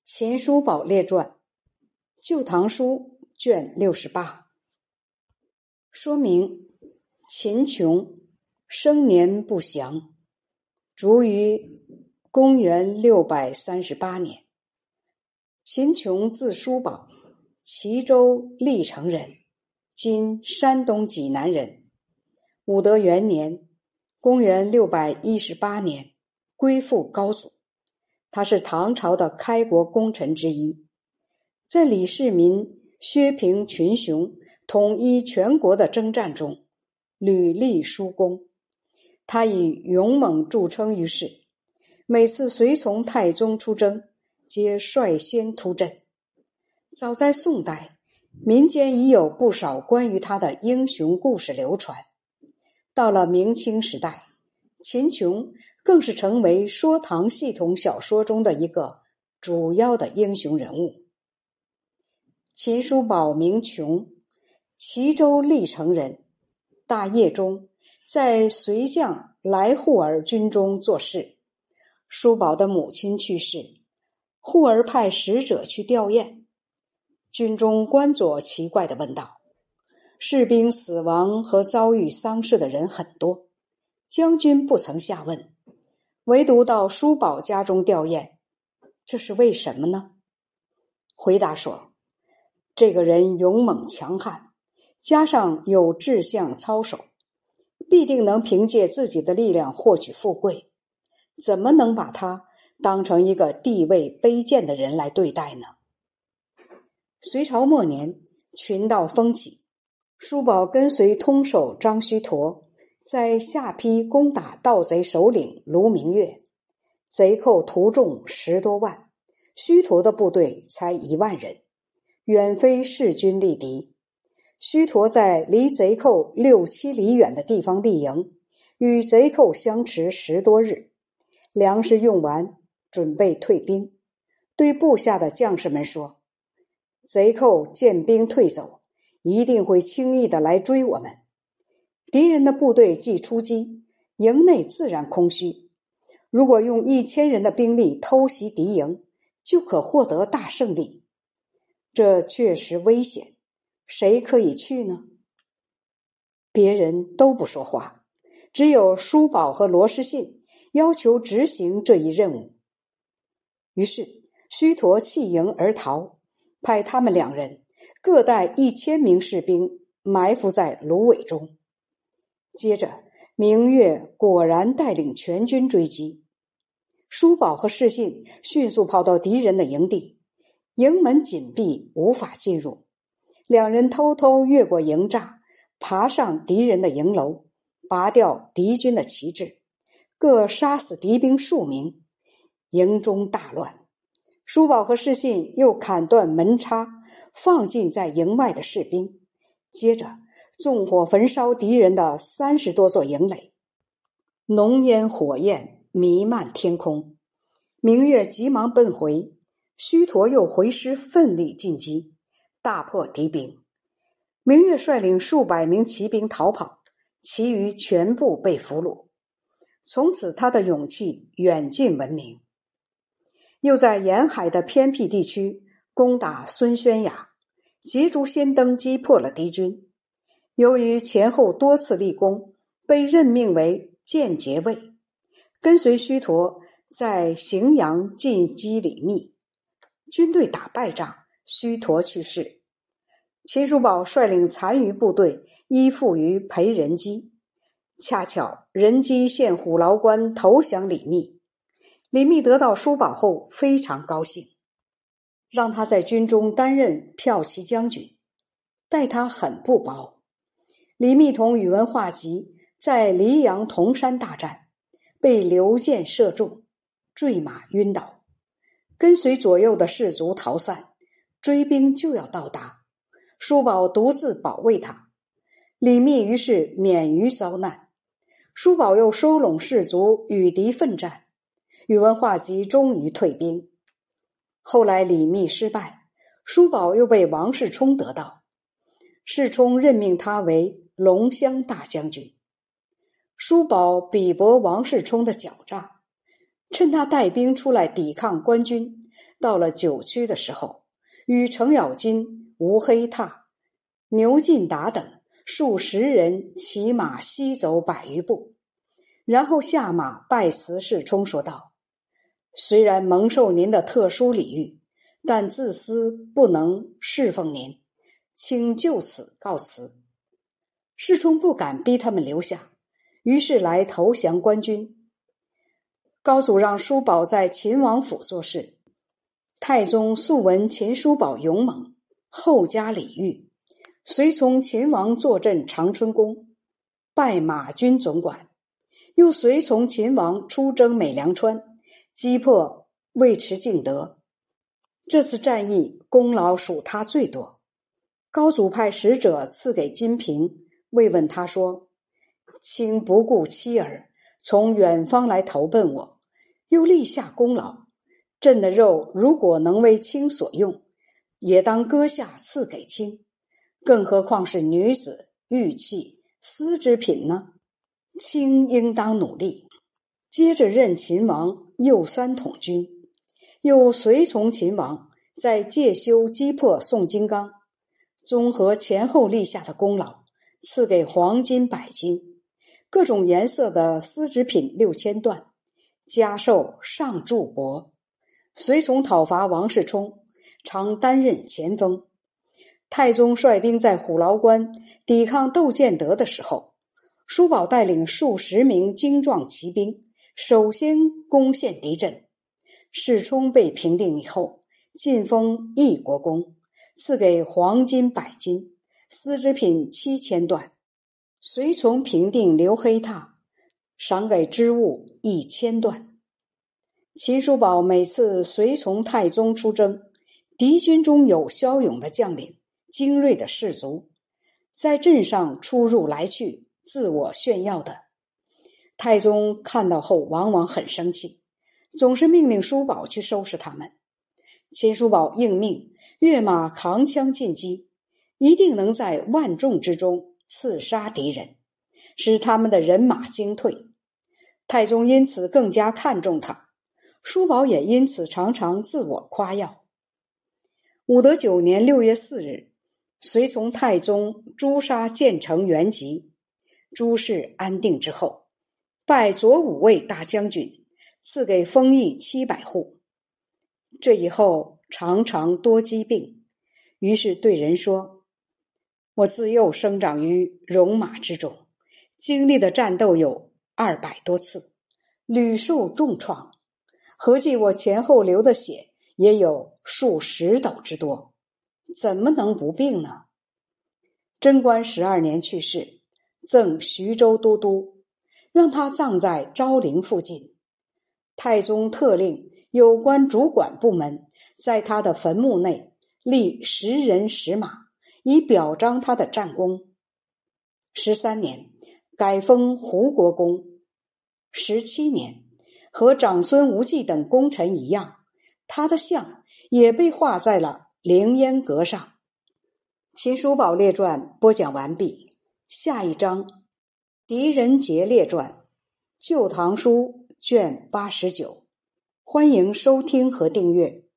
秦叔宝列传，旧唐书卷68。说明秦琼生年不详，卒于公元638年。秦琼字叔宝，齐州历城人，今山东济南人。武德元年，公元618年，归附高祖。他是唐朝的开国功臣之一，在李世民削平群雄、统一全国的征战中屡立殊功。他以勇猛著称于世，每次随从太宗出征，皆率先突阵。早在宋代，民间已有不少关于他的英雄故事流传。到了明清时代，秦琼更是成为说唐系统小说中的一个主要的英雄人物。秦叔宝名琼，齐州历城人，大业中在隋将来护儿军中做事。叔宝的母亲去世，护儿派使者去吊唁。军中官佐奇怪地问道：士兵死亡和遭遇丧事的人很多，将军不曾下问，唯独到叔宝家中吊唁，这是为什么呢？回答说，这个人勇猛强悍，加上有志向操守，必定能凭借自己的力量获取富贵，怎么能把他当成一个地位卑贱的人来对待呢？隋朝末年，群盗蜂起，叔宝跟随通守张须陀在下邳攻打盗贼首领卢明月，贼寇徒众10多万，须陀的部队才1万人，远非势均力敌。须陀在离贼寇6、7里远的地方立营，与贼寇相持10多日，粮食用完，准备退兵，对部下的将士们说，贼寇见兵退走，一定会轻易的来追我们。敌人的部队既出击，营内自然空虚。如果用1000人的兵力偷袭敌营，就可获得大胜利。这确实危险，谁可以去呢？别人都不说话，只有叔宝和罗士信要求执行这一任务。于是须陀弃营而逃，派他们2人各带1000名士兵埋伏在芦苇中。接着明月果然带领全军追击，叔宝和士信迅速跑到敌人的营地，营门紧闭，无法进入。2人偷偷越过营栅，爬上敌人的营楼，拔掉敌军的旗帜，各杀死敌兵数名，营中大乱。叔宝和士信又砍断门插，放进在营外的士兵，接着纵火焚烧敌人的30多座营垒，浓烟火焰弥漫天空。明月急忙奔回，须陀又回师奋力进击，大破敌兵。明月率领数百名骑兵逃跑，其余全部被俘虏。从此他的勇气远近闻名。又在沿海的偏僻地区攻打孙宣雅，捷足先登击破了敌军。由于前后多次立功，被任命为间节尉，跟随须陀在荥阳进击李密。军队打败仗，须陀去世。秦叔宝率领残余部队依附于裴仁基，恰巧仁基献虎牢关投降李密。李密得到叔宝后非常高兴，让他在军中担任骠骑将军，待他很不薄。李密同宇文化及在黎阳铜山大战，被刘建射中，坠马晕倒，跟随左右的士卒逃散，追兵就要到达，叔宝独自保卫他。李密于是免于遭难，叔宝又收拢士卒与敌奋战，宇文化及终于退兵。后来李密失败，叔宝又被王世充得到，世充任命他为龙骧大将军。叔宝比驳王世充的狡诈，趁他带兵出来抵抗官军， 到了九曲的时候，与程咬金、吴黑闼、牛进达等数十人骑马西走100余步，然后下马拜辞世充，说道：虽然蒙受您的特殊礼遇，但自私不能侍奉您，请就此告辞。世充不敢逼他们留下，于是来投降官军。高祖让叔宝在秦王府做事，太宗素闻秦叔宝勇猛，厚加礼遇，随从秦王坐镇长春宫，拜马军总管，又随从秦王出征美良川，击破尉迟敬德。这次战役功劳属他最多。高祖派使者赐给金平，慰问他说：卿不顾妻儿，从远方来投奔我，又立下功劳，朕的肉如果能为卿所用，也当割下赐给卿，更何况是女子、玉器、丝织品呢？卿应当努力。接着任秦王右三统军，又随从秦王在介休击破宋金刚，综合前后立下的功劳，赐给黄金100斤，各种颜色的丝织品6000段，加授上柱帛。随从讨伐王世充，常担任前锋。太宗率兵在虎牢关抵抗窦建德的时候，叔宝带领数十名精壮骑兵首先攻陷敌阵。世充被平定以后，晋封义国公，赐给黄金100斤，丝织品7000段。随从平定刘黑闼，赏给织物1000段。秦叔宝每次随从太宗出征，敌军中有骁勇的将领、精锐的士卒，在阵上出入来去，自我炫耀的。太宗看到后往往很生气，总是命令叔宝去收拾他们。秦叔宝应命，跃马扛枪进击，一定能在万众之中刺杀敌人，使他们的人马惊退。太宗因此更加看重他，叔宝也因此常常自我夸耀。武德9年6月4日，随从太宗诛杀建成元吉，诸事安定之后，拜左武卫大将军，赐给封邑700户。这以后常常多疾病，于是对人说：我自幼生长于戎马之中，经历的战斗有200多次，屡受重创，合计我前后流的血也有数10斗之多，怎么能不病呢？贞观12年去世，赠徐州都督，让他葬在昭陵附近。太宗特令有关主管部门在他的坟墓内立10人10马，以表彰他的战功。13年改封胡国公。17年和长孙无忌等功臣一样，他的像也被画在了凌烟阁上。秦叔宝列传播讲完毕，下一章狄仁杰列传，旧唐书卷89，欢迎收听和订阅。